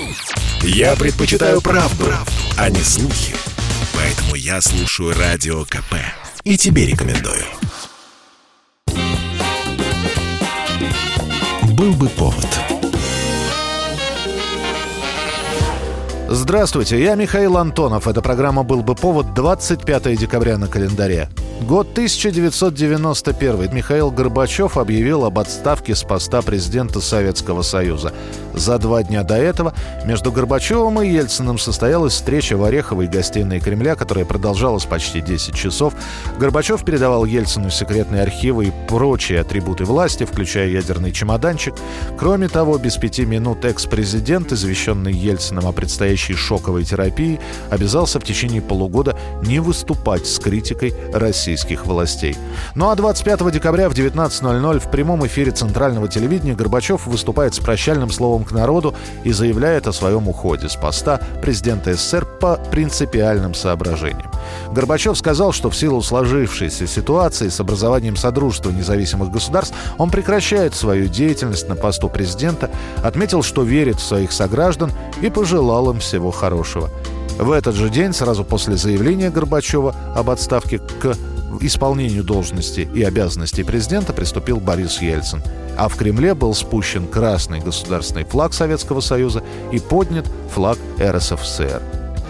Я предпочитаю правду, а не слухи. Поэтому я слушаю Радио КП. И тебе рекомендую. Был бы повод. Здравствуйте, я Михаил Антонов. Эта программа «Был бы повод», 25 декабря на календаре. Год 1991. Михаил Горбачев объявил об отставке с поста президента Советского Союза. За 2 дня до этого между Горбачевым и Ельциным состоялась встреча в Ореховой гостиной Кремля, которая продолжалась почти 10 часов. Горбачев передавал Ельцину секретные архивы и прочие атрибуты власти, включая ядерный чемоданчик. Кроме того, без 5 минут экс-президент, извещенный Ельциным о предстоящей шоковой терапии, обязался в течение полугода не выступать с критикой российских властей. Ну а 25 декабря в 19:00 в прямом эфире Центрального телевидения Горбачев выступает с прощальным словом к народу и заявляет о своем уходе с поста президента СССР по принципиальным соображениям. Горбачев сказал, что в силу сложившейся ситуации с образованием Содружества независимых государств он прекращает свою деятельность на посту президента, отметил, что верит в своих сограждан и пожелал им всего хорошего. В этот же день, сразу после заявления Горбачева об отставке, к исполнению должности и обязанностей президента приступил Борис Ельцин. А в Кремле был спущен красный государственный флаг Советского Союза и поднят флаг РСФСР.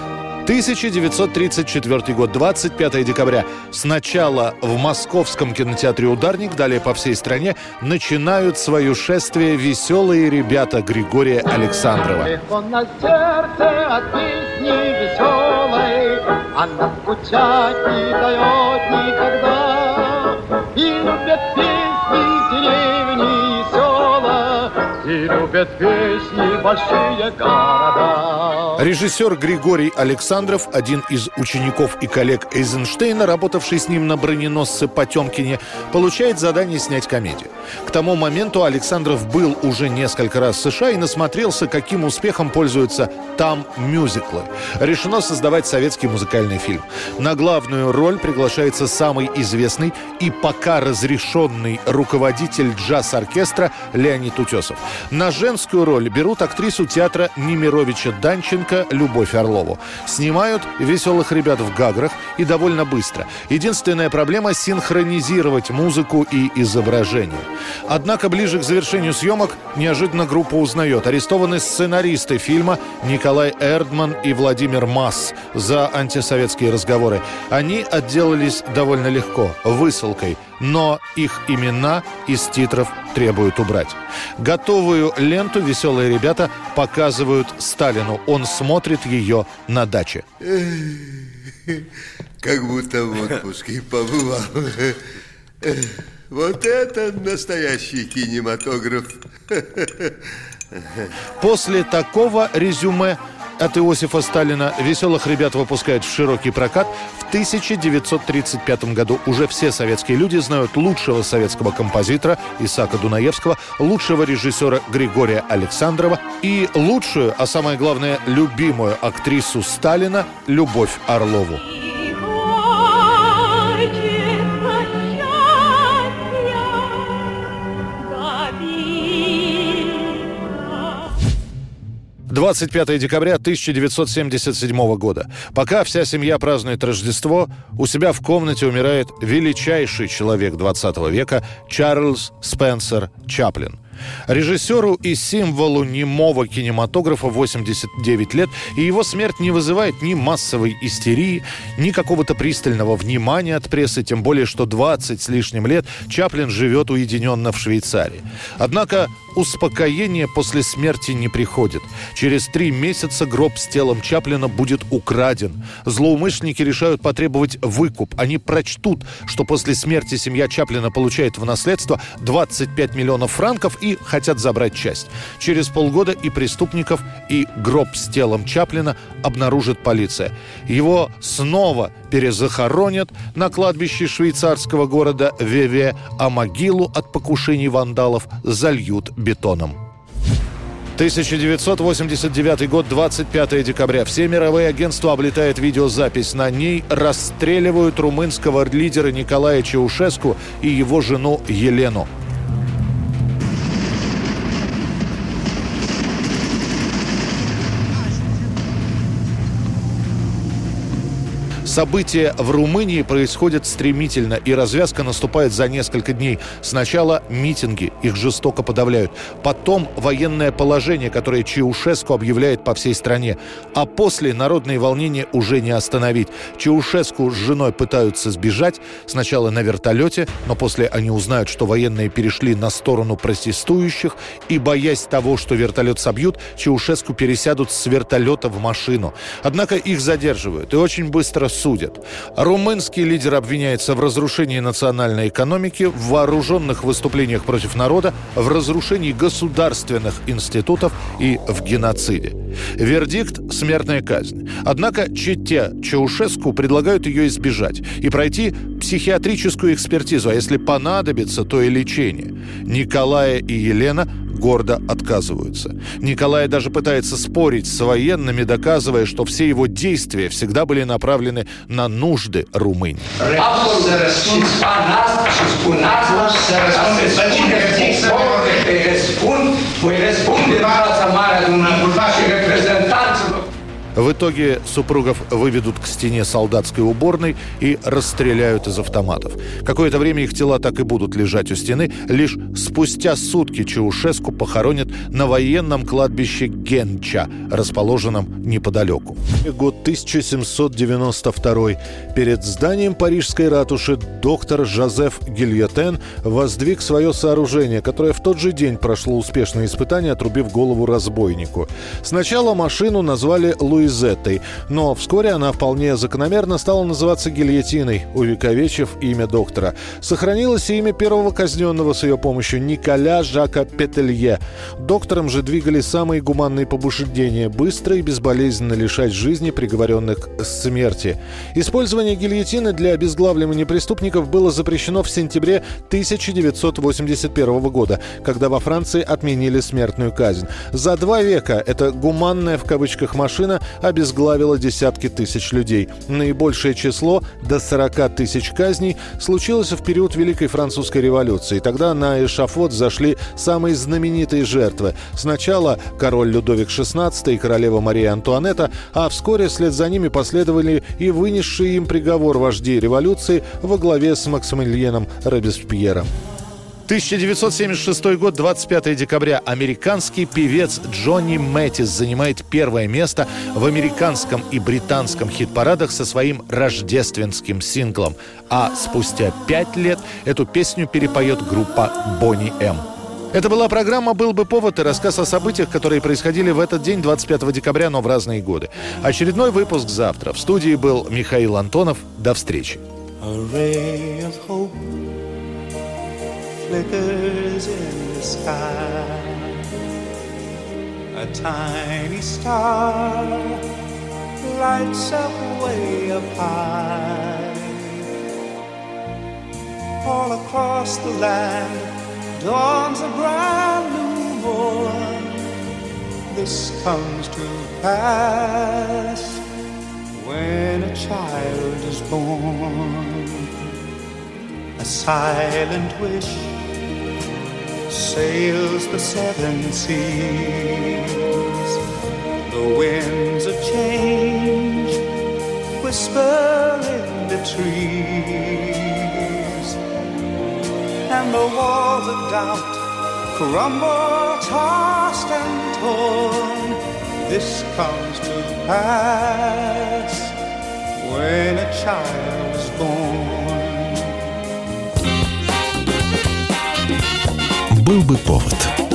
1934 год, 25 декабря. Сначала в московском кинотеатре «Ударник», далее по всей стране начинают свое шествие веселые ребята Григория Александрова. Легко на сердце от песни веселой, она скучать не дает никогда. И любят песни деревни и села, и любят песни большие города. Режиссер Григорий Александров, один из учеников и коллег Эйзенштейна, работавший с ним на броненосце Потемкине, получает задание снять комедию. К тому моменту Александров был уже несколько раз в США и насмотрелся, каким успехом пользуются там мюзиклы. Решено создавать советский музыкальный фильм. На главную роль приглашается самый известный и пока разрешенный руководитель джаз-оркестра Леонид Утесов. На женскую роль берут актрису театра Немировича Данченко Любовь Орлову. Снимают веселых ребят в гаграх и довольно быстро. Единственная проблема — синхронизировать музыку и изображение. Однако ближе к завершению съемок неожиданно группа узнает: арестованы сценаристы фильма Николай Эрдман и Владимир Масс за антисоветские разговоры. Они отделались довольно легко, высылкой, но их имена из титров требуют убрать. Готовую ленту веселые ребята показывают Сталину. Он смотрит ее на даче. Как будто в отпуске побывал. Вот это настоящий кинематограф. После такого резюме от Иосифа Сталина веселых ребят выпускают в широкий прокат в 1935 году. Уже все советские люди знают лучшего советского композитора Исаака Дунаевского, лучшего режиссера Григория Александрова и лучшую, а самое главное, любимую актрису Сталина Любовь Орлову. 25 декабря 1977 года. Пока вся семья празднует Рождество, у себя в комнате умирает величайший человек 20 века Чарльз Спенсер Чаплин. Режиссеру и символу немого кинематографа 89 лет, и его смерть не вызывает ни массовой истерии, ни какого-то пристального внимания от прессы, тем более, что 20 с лишним лет Чаплин живет уединенно в Швейцарии. Однако успокоение после смерти не приходит. Через 3 месяца гроб с телом Чаплина будет украден. Злоумышленники решают потребовать выкуп. Они прочтут, что после смерти семья Чаплина получает в наследство 25 миллионов франков и хотят забрать часть. Через полгода и преступников, и гроб с телом Чаплина обнаружит полиция. Его снова перезахоронят на кладбище швейцарского города Веве, а могилу от покушений вандалов зальют бетоном. 1989 год, 25 декабря. Все мировые агентства облетает видеозапись. На ней расстреливают румынского лидера Николая Чаушеску и его жену Елену. События в Румынии происходят стремительно, и развязка наступает за несколько дней. Сначала митинги, их жестоко подавляют. Потом военное положение, которое Чаушеску объявляет по всей стране. А после народные волнения уже не остановить. Чаушеску с женой пытаются сбежать. Сначала на вертолете, но после они узнают, что военные перешли на сторону протестующих. И, боясь того, что вертолет собьют, Чаушеску пересядут с вертолета в машину. Однако их задерживают и очень быстро судят. Румынский лидер обвиняется в разрушении национальной экономики, в вооруженных выступлениях против народа, в разрушении государственных институтов и в геноциде. Вердикт – смертная казнь. Однако чете Чаушеску предлагают ее избежать и пройти психиатрическую экспертизу, а если понадобится, то и лечение. Николай и Елена гордо отказываются. Николай даже пытается спорить с военными, доказывая, что все его действия всегда были направлены на нужды Румынии. В итоге супругов выведут к стене солдатской уборной и расстреляют из автоматов. Какое-то время их тела так и будут лежать у стены. Лишь спустя сутки Чаушеску похоронят на военном кладбище Генча, расположенном неподалеку. Год 1792. Перед зданием парижской ратуши доктор Жозеф Гильотен воздвиг свое сооружение, которое в тот же день прошло успешное испытание, отрубив голову разбойнику. Сначала машину назвали Луизеттой, но вскоре она вполне закономерно стала называться гильотиной, увековечив имя доктора. Сохранилось и имя первого казненного с ее помощью – Николя Жака Петелье. Доктором же двигали самые гуманные побуждения – быстро и безболезненно лишать жизни приговоренных к смерти. Использование гильотины для обезглавливания преступников было запрещено в сентябре 1981 года, когда во Франции отменили смертную казнь. За 2 века эта «гуманная» в кавычках машина обезглавила десятки тысяч людей. Наибольшее число, до 40 тысяч казней, случилось в период Великой Французской революции. Тогда на эшафот зашли самые знаменитые жертвы. Сначала король Людовик XVI и королева Мария Антуанетта, а вскоре вслед за ними последовали и вынесшие им приговор вожди революции во главе с Максимилианом Робеспьером. 1976 год, 25 декабря. Американский певец Джонни Мэттис занимает первое место в американском и британском хит-парадах со своим рождественским синглом. А спустя 5 лет эту песню перепоет группа Boney M. Это была программа «Был бы повод» и рассказ о событиях, которые происходили в этот день, 25 декабря, но в разные годы. Очередной выпуск завтра. В студии был Михаил Антонов. До встречи. Flickers in the sky, a tiny star lights up way up high. All across the land dawns a brand new morn. This comes to pass when a child is born. A silent wish sails the 7 seas. The winds of change whisper in the trees, and the walls of doubt crumble, tossed and torn. This comes to pass when a child is born. Был бы повод.